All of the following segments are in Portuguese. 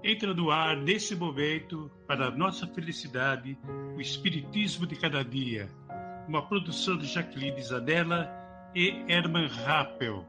Entra no ar, nesse momento, para a nossa felicidade, o Espiritismo de Cada Dia, uma produção de Jaqueline Zanella e Herman Rappel.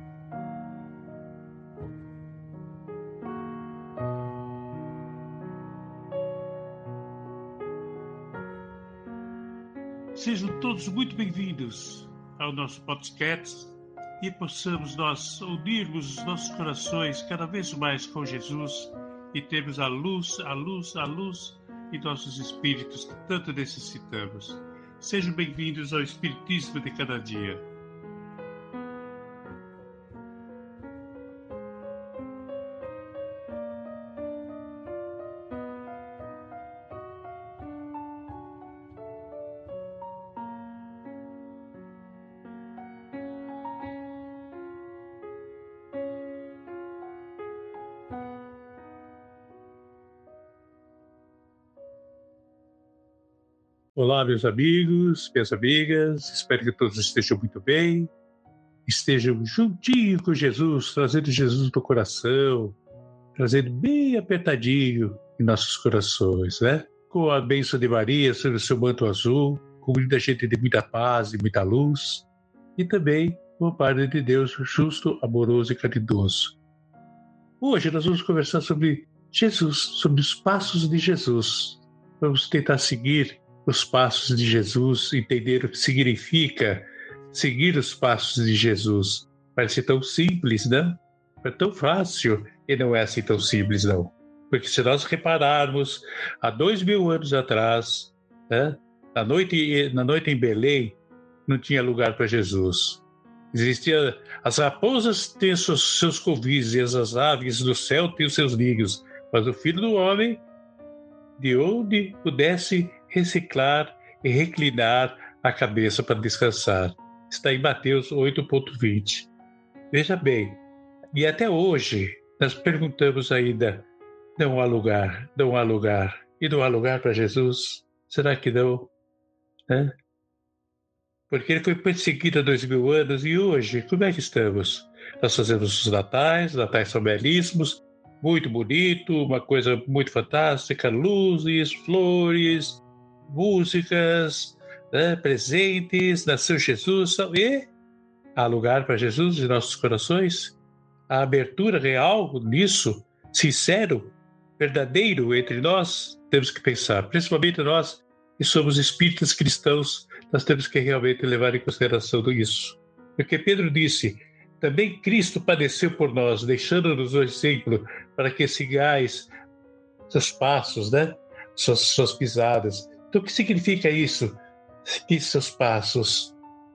Sejam todos muito bem-vindos ao nosso podcast e possamos nós unirmos os nossos corações cada vez mais com Jesus e termos a luz em nossos espíritos que tanto necessitamos. Sejam bem-vindos ao Espiritismo de Cada Dia. Olá, meus amigos, minhas amigas, espero que todos estejam muito bem, estejam juntinho com Jesus, trazendo Jesus no coração, trazendo bem apertadinho em nossos corações, né? Com a bênção de Maria sobre o seu manto azul, cobrindo a gente de muita paz e muita luz, e também com o Pai de Deus justo, amoroso e caridoso. Hoje nós vamos conversar sobre Jesus, sobre os passos de Jesus. Vamos tentar seguir os passos de Jesus, entender o que significa seguir os passos de Jesus. Parece tão simples, né? É tão fácil e não é assim tão simples, não. Porque se nós repararmos, há 2000 anos atrás, né, na noite em Belém, não tinha lugar para Jesus. As raposas têm seus covis e as aves do céu têm os seus ninhos, mas o Filho do Homem, de onde pudesse reciclar e reclinar a cabeça para descansar. Está em Mateus 8,20. Veja bem, e até hoje nós perguntamos ainda, não há lugar. E não há lugar para Jesus? Será que não? Porque ele foi perseguido há 2000 anos e hoje, como é que estamos? Nós fazemos os natais são belíssimos, muito bonito, uma coisa muito fantástica, luzes, flores, músicas, né, presentes, nasceu Jesus, e há lugar para Jesus em nossos corações? A abertura real nisso, sincero, verdadeiro entre nós, temos que pensar, principalmente nós que somos espíritas cristãos, nós temos que realmente levar em consideração isso. Porque Pedro disse, também Cristo padeceu por nós, deixando-nos o exemplo para que sigais seus passos, né? Suas pisadas. Então, o que significa isso? Seguir seus passos.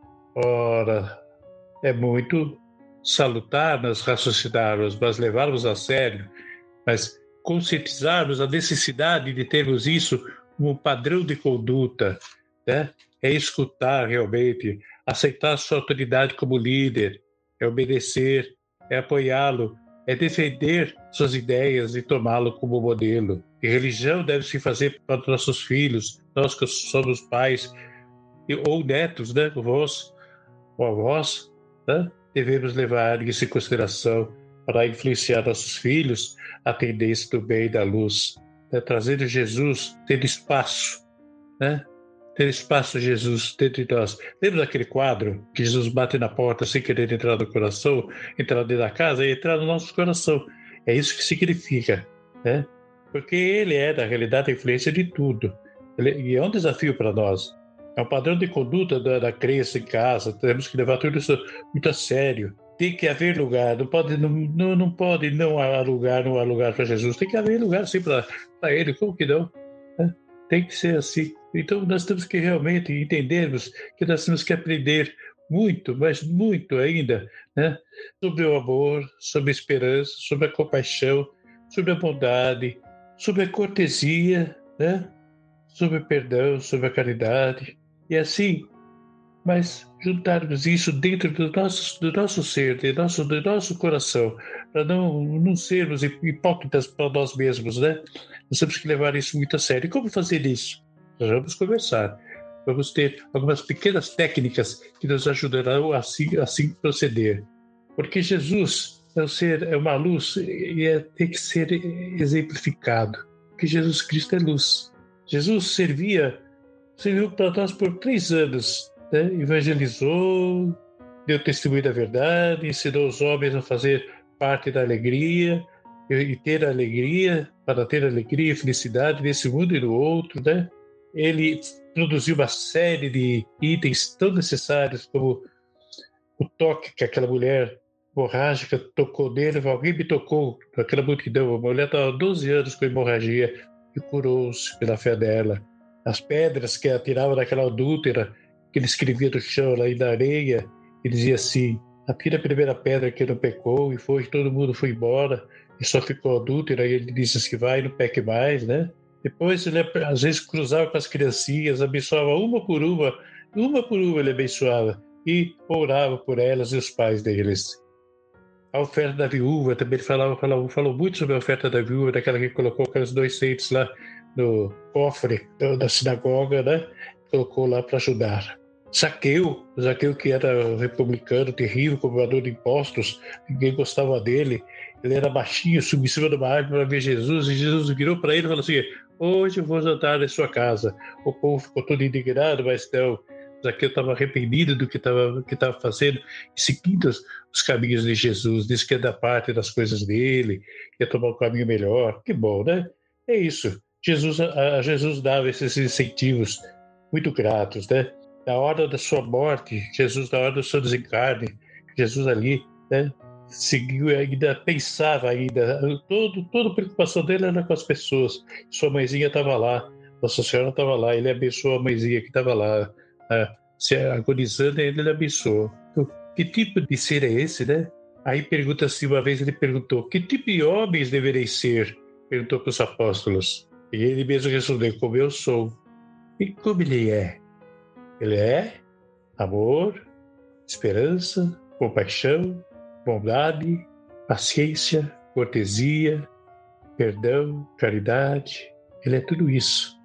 Ora, é muito salutar nós raciocinarmos, nós levarmos a sério, mas conscientizarmos a necessidade de termos isso como padrão de conduta, né? É escutar realmente, aceitar a sua autoridade como líder, é obedecer, é apoiá-lo, é defender suas ideias e tomá-lo como modelo. E religião deve se fazer para nossos filhos, nós que somos pais ou netos, né? Vós ou avós, né? Devemos levar isso em consideração para influenciar nossos filhos a tendência do bem e da luz, né? Trazendo Jesus, tendo espaço, né? Ter espaço, Jesus, dentro de nós. Lembra daquele quadro que Jesus bate na porta sem querer entrar no coração, entrar dentro da casa e entrar no nosso coração? É isso que significa, né? Porque ele é, na realidade, a influência de tudo. E é um desafio para nós. É um padrão de conduta da crença em casa. Temos que levar tudo isso muito a sério. Tem que haver lugar. Não pode não há lugar para Jesus. Tem que haver lugar, sim, para ele. Como que não? Tem que ser assim. Então, nós temos que realmente entendermos que nós temos que aprender muito, mas muito ainda, né? Sobre o amor, sobre a esperança, sobre a compaixão, sobre a bondade, sobre a cortesia, né? Sobre o perdão, sobre a caridade. E assim, mas juntarmos isso dentro do nosso ser, do nosso coração, para não sermos hipócritas para nós mesmos, né? Nós temos que levar isso muito a sério. E como fazer isso? Nós vamos conversar. Vamos ter algumas pequenas técnicas que nos ajudarão assim proceder. Porque Jesus, é uma luz e tem que ser exemplificado, porque Jesus Cristo é luz. Jesus serviu para nós por 3 anos, né? Evangelizou, deu testemunho da verdade, ensinou os homens a fazer parte da alegria e ter alegria, para ter alegria e felicidade nesse mundo e no outro, né? Ele produziu uma série de itens tão necessários como o toque que aquela mulher hemorrágica tocou nele, alguém me tocou naquela multidão, a mulher estava há 12 anos com hemorragia e curou-se pela fé dela. As pedras que atiravam daquela adúltera, que ele escrevia no chão, lá na areia, e dizia assim: atira a primeira pedra que não pecou, e foi, todo mundo foi embora, e só ficou adúltera, e ele disse assim: vai, não peque mais, né? Depois ele às vezes cruzava com as criancinhas, abençoava uma por uma ele abençoava, e orava por elas e os pais deles. A oferta da viúva, também ele falou muito sobre a oferta da viúva, daquela que colocou aqueles 2 centos lá no cofre da sinagoga, né? Colocou lá para ajudar. Zaqueu que era republicano, terrível, cobrador de impostos, ninguém gostava dele, ele era baixinho, subiu em cima de uma árvore para ver Jesus, e Jesus virou para ele e falou assim: hoje eu vou jantar em sua casa. O povo ficou todo indignado, mas não, Zaqueu estava arrependido do que estava fazendo e seguindo os caminhos de Jesus, disse que é da parte das coisas dele, que ia tomar um caminho melhor. Que bom, né? É isso. Jesus dava esses incentivos muito gratos, né? Na hora da sua morte, Jesus, na hora do seu desencarne, Jesus ali, né? Seguiu ainda, pensava ainda, toda a preocupação dele era com as pessoas. Sua mãezinha estava lá, Nossa Senhora estava lá, ele abençoou a mãezinha que estava lá, se agonizando, ele abençoou. Então, que tipo de ser é esse, né? Aí pergunta assim, uma vez ele perguntou: que tipo de homens deverei ser? Perguntou para os apóstolos. E ele mesmo respondeu: como eu sou. E como ele é? Ele é amor, esperança, compaixão, bondade, paciência, cortesia, perdão, caridade. Ele é tudo isso.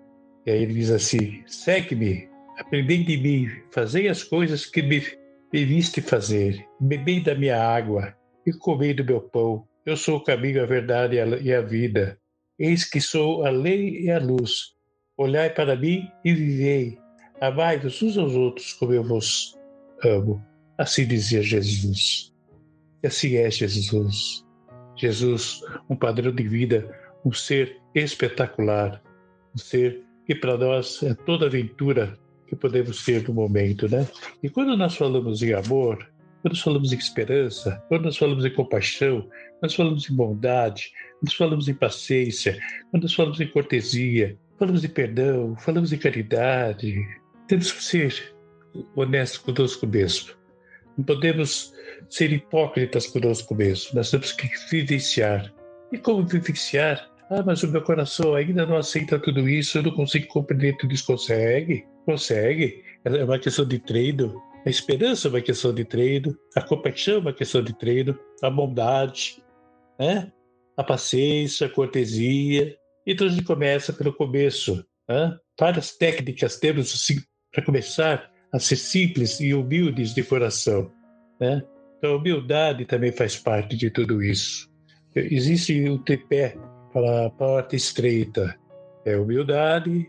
E aí ele diz assim: segue-me, aprendei de mim, fazei as coisas que me viste fazer, bebei da minha água e comei do meu pão. Eu sou o caminho, a verdade e a vida. Eis que sou a lei e a luz. Olhai para mim e vivei. Amai-vos uns aos outros como eu vos amo. Assim dizia Jesus. E assim é Jesus. Jesus, um padrão de vida, um ser espetacular, um ser que para nós é toda aventura que podemos ter no momento, né? E quando nós falamos em amor, quando nós falamos em esperança, quando nós falamos em compaixão, quando nós falamos em bondade, quando nós falamos em paciência, quando nós falamos em cortesia, falamos em perdão, falamos em caridade, temos que ser honestos conosco mesmo. Não podemos ser hipócritas conosco mesmo. Nós temos que vivenciar. E como vivenciar? Ah, mas o meu coração ainda não aceita tudo isso, eu não consigo compreender tudo isso. Consegue? Consegue. É uma questão de treino. A esperança é uma questão de treino. A compaixão é uma questão de treino. A bondade, né? A paciência, a cortesia. Então a gente começa pelo começo. Né? Várias técnicas temos assim, para começar a ser simples e humildes de coração, né? Então, a humildade também faz parte de tudo isso. Existe um tripé para a parte estreita: é humildade,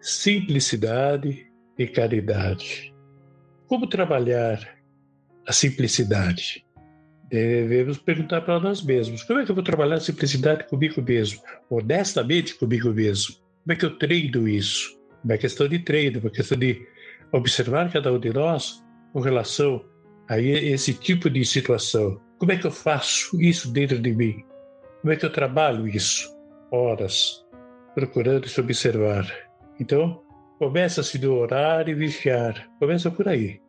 simplicidade e caridade. Como trabalhar a simplicidade? Devemos perguntar para nós mesmos: como é que eu vou trabalhar a simplicidade comigo mesmo? Honestamente comigo mesmo? Como é que eu treino isso? É uma questão de treino, uma questão de observar cada um de nós com relação a esse tipo de situação. Como é que eu faço isso dentro de mim? Como é que eu trabalho isso? Horas, procurando se observar. Então, começa-se do orar e vigiar. Começa por aí.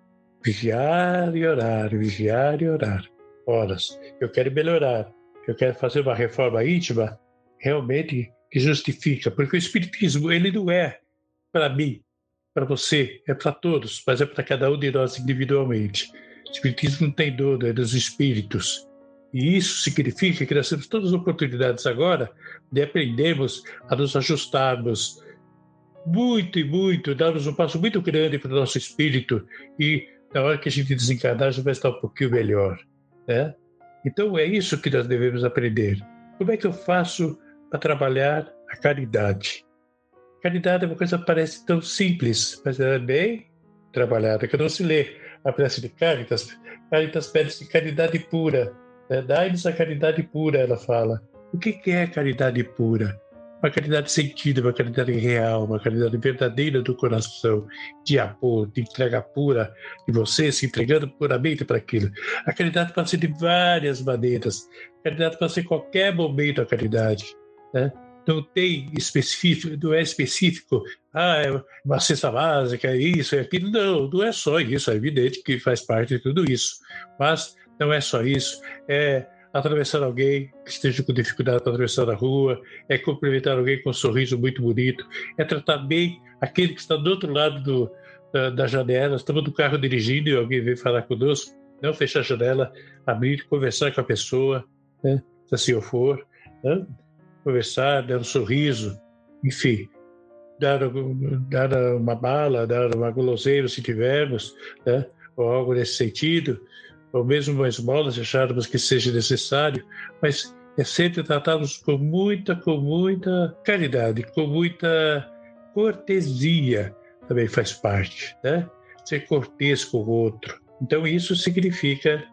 Vigiar e orar, vigiar e orar. Horas. Eu quero melhorar. Eu quero fazer uma reforma íntima realmente que justifica. Porque o Espiritismo, ele não é para mim, para você, é para todos, mas é para cada um de nós individualmente. O Espiritismo não tem dono, é dos espíritos. E isso significa que nós temos todas as oportunidades agora de aprendermos a nos ajustarmos muito e muito, darmos um passo muito grande para o nosso espírito e na hora que a gente desencarnar, a gente vai estar um pouquinho melhor, né? Então é isso que nós devemos aprender. Como é que eu faço para trabalhar a caridade? Caridade é uma coisa que parece tão simples, mas ela é bem trabalhada, que não se lê a prece de Caritas. Caritas pede-se caridade pura. Dai-nos a caridade pura, ela fala. O que é caridade pura? Uma caridade sentida, uma caridade real, uma caridade verdadeira do coração, de amor, de entrega pura, de você se entregando puramente para aquilo. A caridade pode ser de várias maneiras. A caridade pode ser em qualquer momento a caridade, né? Não tem específico, não é específico, é uma cesta básica, é isso, é aquilo. Não, não é só isso, é evidente que faz parte de tudo isso. Mas não é só isso, é atravessar alguém que esteja com dificuldade para atravessar a rua, é cumprimentar alguém com um sorriso muito bonito, é tratar bem aquele que está do outro lado da janela, estamos no carro dirigindo e alguém vem falar conosco, não fechar a janela, abrir, conversar com a pessoa, né, se assim eu for, né? Conversar, dar um sorriso, enfim, dar uma bala, dar uma guloseima se tivermos, né? Ou algo nesse sentido, ou mesmo uma esmola se acharmos que seja necessário, mas é sempre tratarmos com muita caridade, com muita cortesia, também faz parte, né? Ser cortês com o outro. Então isso significa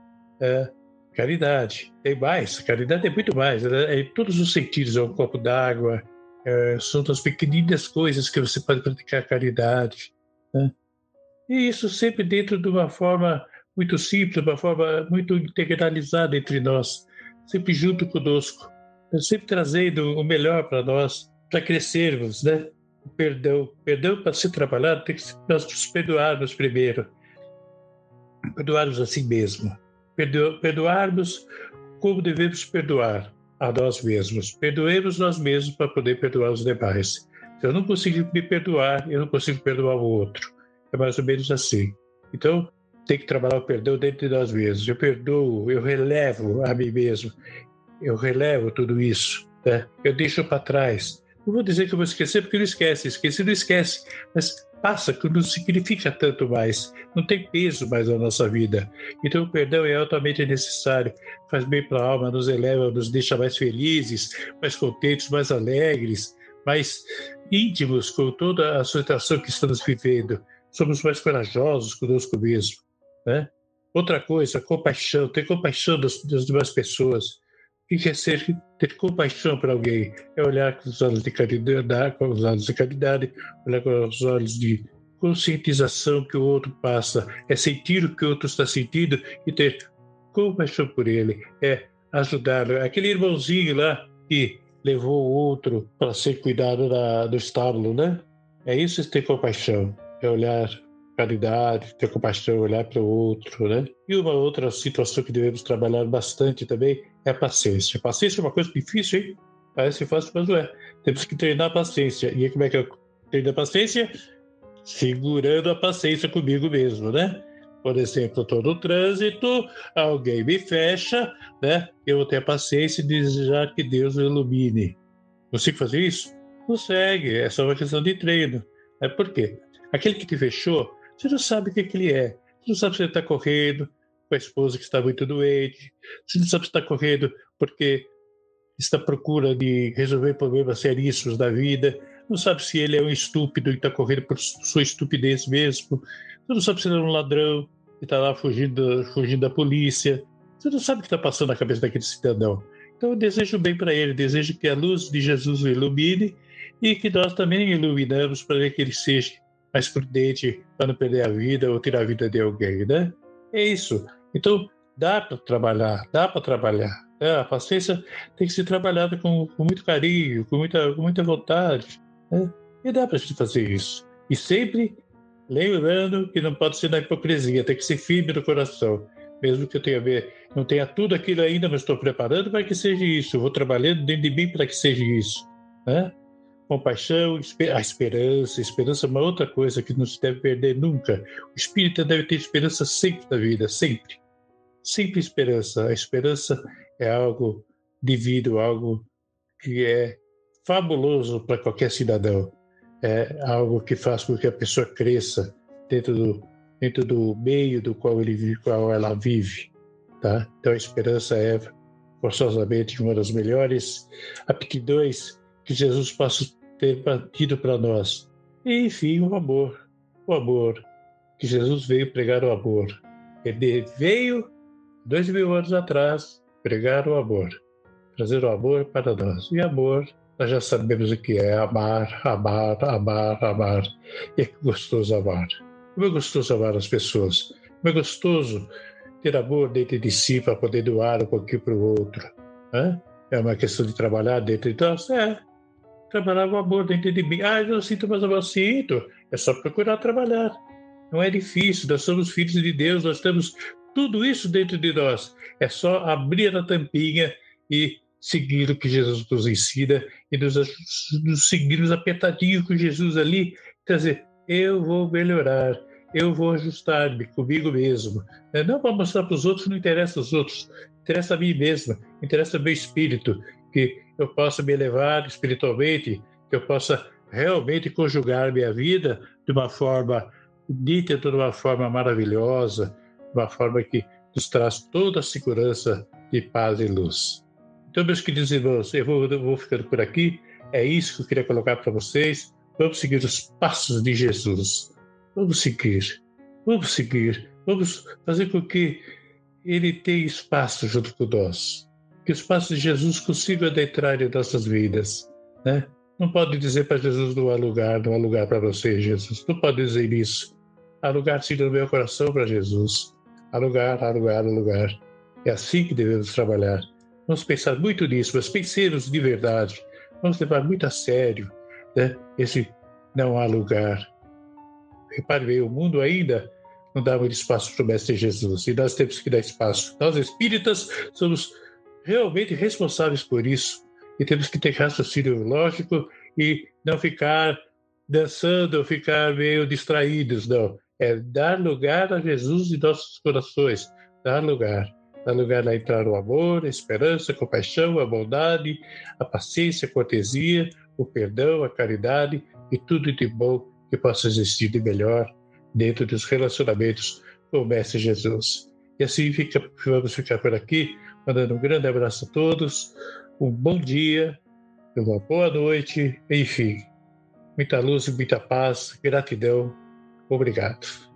caridade. Tem mais, caridade é muito mais, né? É em todos os sentidos, é um copo d'água, são as pequeninas coisas que você pode praticar caridade, né? E isso sempre dentro de uma forma muito simples, uma forma muito integralizada entre nós, sempre junto conosco, sempre trazendo o melhor para nós, para crescermos, né? O perdão para ser trabalhado tem que ser nós nos perdoarmos primeiro, perdoarmos a si mesmo, perdoarmos como devemos perdoar a nós mesmos. Perdoemos nós mesmos para poder perdoar os demais. Se eu não consigo me perdoar, eu não consigo perdoar o outro. É mais ou menos assim. Então, tem que trabalhar o perdão dentro de nós mesmos. Eu perdoo, eu relevo a mim mesmo, eu relevo tudo isso, né? Eu deixo para trás. Não vou dizer que eu vou esquecer, porque não esquece. Esquece, não esquece. Mas passa, que não significa tanto mais. Não tem peso mais na nossa vida. Então, o perdão é altamente necessário. Faz bem para a alma, nos eleva, nos deixa mais felizes, mais contentes, mais alegres, mais íntimos com toda a situação que estamos vivendo. Somos mais corajosos conosco mesmo, né? Outra coisa, compaixão. Ter compaixão das demais pessoas. O que é ter compaixão para alguém? É olhar com os olhos de caridade, olhar com os olhos de conscientização que o outro passa, é sentir o que o outro está sentindo e ter compaixão por ele, é ajudá-lo. Aquele irmãozinho lá que levou o outro para ser cuidado do estábulo, né? É isso, ter compaixão, é olhar caridade, ter compaixão, olhar para o outro, né? E uma outra situação que devemos trabalhar bastante também é a paciência. A paciência é uma coisa difícil, hein? Parece fácil, mas não é. Temos que treinar a paciência. E como é que eu treino a paciência? Segurando a paciência comigo mesmo, né? Por exemplo, estou no trânsito, alguém me fecha, né? Eu vou ter a paciência de desejar que Deus o ilumine. Consigo fazer isso? Consegue, é só uma questão de treino. Por quê? Aquele que te fechou, você não sabe o que ele é. Você não sabe se ele está correndo com a esposa que está muito doente. Você não sabe se está correndo porque está à procura de resolver problemas seríssimos da vida. Não sabe se ele é um estúpido e está correndo por sua estupidez mesmo. Você não sabe se ele é um ladrão e está lá fugindo da polícia. Você não sabe o que está passando na cabeça daquele cidadão. Então eu desejo bem para ele, desejo que a luz de Jesus o ilumine e que nós também iluminamos para que ele seja mais prudente para não perder a vida ou tirar a vida de alguém, né? É isso. Então, dá para trabalhar, dá para trabalhar. A paciência tem que ser trabalhada com muito carinho, com muita vontade, né? E dá para a gente fazer isso. E sempre lembrando que não pode ser na hipocrisia, tem que ser firme no coração. Mesmo que eu não tenha tudo aquilo ainda, mas estou preparando para que seja isso. Eu vou trabalhando dentro de mim para que seja isso, né? Compaixão, a esperança. A esperança é uma outra coisa que não se deve perder nunca. O espírita deve ter esperança sempre na vida, sempre. Sempre esperança. A esperança é algo divino, algo que é fabuloso para qualquer cidadão. É algo que faz com que a pessoa cresça dentro do meio do qual ela vive. tá? Então a esperança é forçosamente uma das melhores aptidões que Jesus possa ter tido para nós. E, enfim, o amor, que Jesus veio pregar o amor. Ele veio 2000 anos atrás pregar o amor, trazer o amor para nós. E amor, nós já sabemos o que é amar, amar, amar, amar. E é gostoso amar. Como é gostoso amar as pessoas. Como é gostoso ter amor dentro de si para poder doar um pouquinho para o outro. Né? É uma questão de trabalhar dentro de nós. Trabalhar o amor dentro de mim. Eu não sinto mais amor. Sinto. É só procurar trabalhar. Não é difícil. Nós somos filhos de Deus. Nós temos tudo isso dentro de nós. É só abrir a tampinha e seguir o que Jesus nos ensina e nos seguirmos apertadinho com Jesus ali. Quer dizer, eu vou melhorar. Eu vou ajustar-me comigo mesmo. Não para mostrar para os outros, não interessa os outros. Interessa a mim mesmo. Interessa o meu espírito. Que eu possa me elevar espiritualmente, que eu possa realmente conjugar minha vida de uma forma dita, de uma forma maravilhosa, de uma forma que nos traz toda a segurança de paz e luz. Então, meus queridos irmãos, eu vou ficando por aqui. É isso que eu queria colocar para vocês. Vamos seguir os passos de Jesus. Vamos seguir. Vamos seguir. Vamos fazer com que ele tenha espaço junto com nós. Que os passos de Jesus consigam adentrar em nossas vidas. Né? Não pode dizer para Jesus: não há lugar para você, Jesus. Não pode dizer isso. Há lugar sim no meu coração para Jesus. Há lugar, há lugar, há lugar. É assim que devemos trabalhar. Vamos pensar muito nisso, mas pensemos de verdade. Vamos levar muito a sério, né? Esse não há lugar. Repare bem, o mundo ainda não dá muito espaço para o Mestre Jesus, e nós temos que dar espaço. Nós, espíritas, somos realmente responsáveis por isso, e temos que ter raciocínio lógico e não ficar dançando ou ficar meio distraídos, não. É dar lugar a Jesus em nossos corações, dar lugar a entrar o amor, a esperança, a compaixão, a bondade, a paciência, a cortesia, o perdão, a caridade e tudo de bom que possa existir de melhor dentro dos relacionamentos com o Mestre Jesus. E assim vamos ficar por aqui, mandando um grande abraço a todos, um bom dia, uma boa noite, enfim, muita luz e muita paz, gratidão, obrigado.